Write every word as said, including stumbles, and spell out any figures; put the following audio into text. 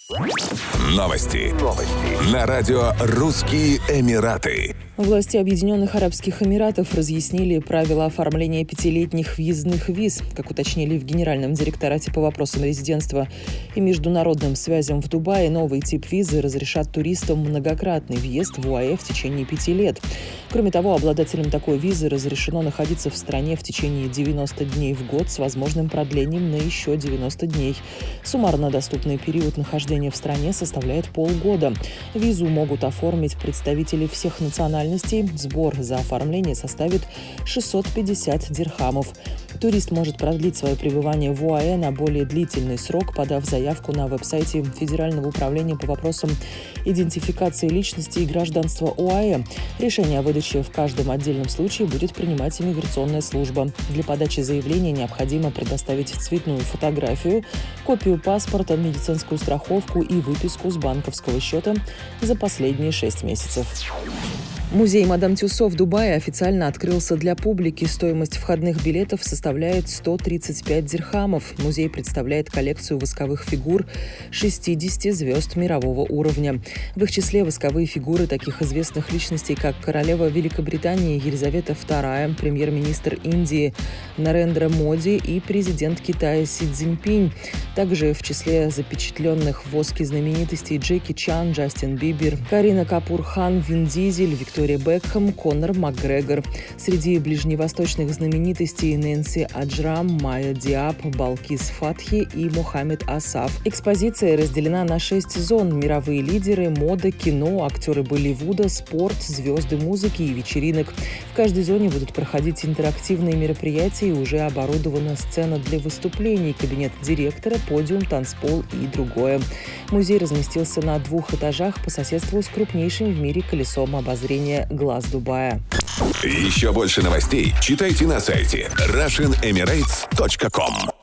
Новости. Новости. На радио «Русские Эмираты». Власти Объединенных Арабских Эмиратов разъяснили правила оформления пятилетних въездных виз. Как уточнили в Генеральном директорате по вопросам резидентства и международным связям в Дубае, новый тип визы разрешат туристам многократный въезд в ОАЭ в течение пяти лет. Кроме того, обладателям такой визы разрешено находиться в стране в течение девяноста дней в год с возможным продлением на еще девяносто дней. Суммарно доступный период нахождения в стране составляет полгода. Визу могут оформить представители всех национальностей. Сбор за оформление составит шестьсот пятьдесят дирхамов. Турист может продлить свое пребывание в ОАЭ на более длительный срок, подав заявку на веб-сайте Федерального управления по вопросам идентификации личности и гражданства ОАЭ. Решение о выдаче в каждом отдельном случае будет принимать иммиграционная служба. Для подачи заявления необходимо предоставить цветную фотографию, копию паспорта, медицинскую страховку и выписку с банковского счета за последние шесть месяцев. Музей Мадам Тюссо в Дубае официально открылся для публики. Стоимость входных билетов составляет сто тридцать пять дирхамов. Музей представляет коллекцию восковых фигур шестидесяти звезд мирового уровня. В их числе восковые фигуры таких известных личностей, как королева Великобритании Елизавета вторая, премьер-министр Индии Нарендра Моди и президент Китая Си Цзиньпинь. Также в числе запечатленных в воске знаменитостей Джеки Чан, Джастин Бибер, Карина Капур-Хан, Вин Дизель, Виктория Бекхэм, Конор Макгрегор. Среди ближневосточных знаменитостей Нэнси Аджрам, Майя Диаб, Балкис Фатхи и Мохаммед Асаф. Экспозиция разделена на шесть зон: мировые лидеры, мода, кино, актеры Болливуда, спорт, звезды музыки и вечеринок. В каждой зоне будут проходить интерактивные мероприятия и уже оборудована сцена для выступлений, кабинет директора, подиум, танцпол и другое. Музей разместился на двух этажах по соседству с крупнейшим в мире колесом обозрения «Глаз Дубая». Еще больше новостей читайте на сайте Russian Emirates точка ком.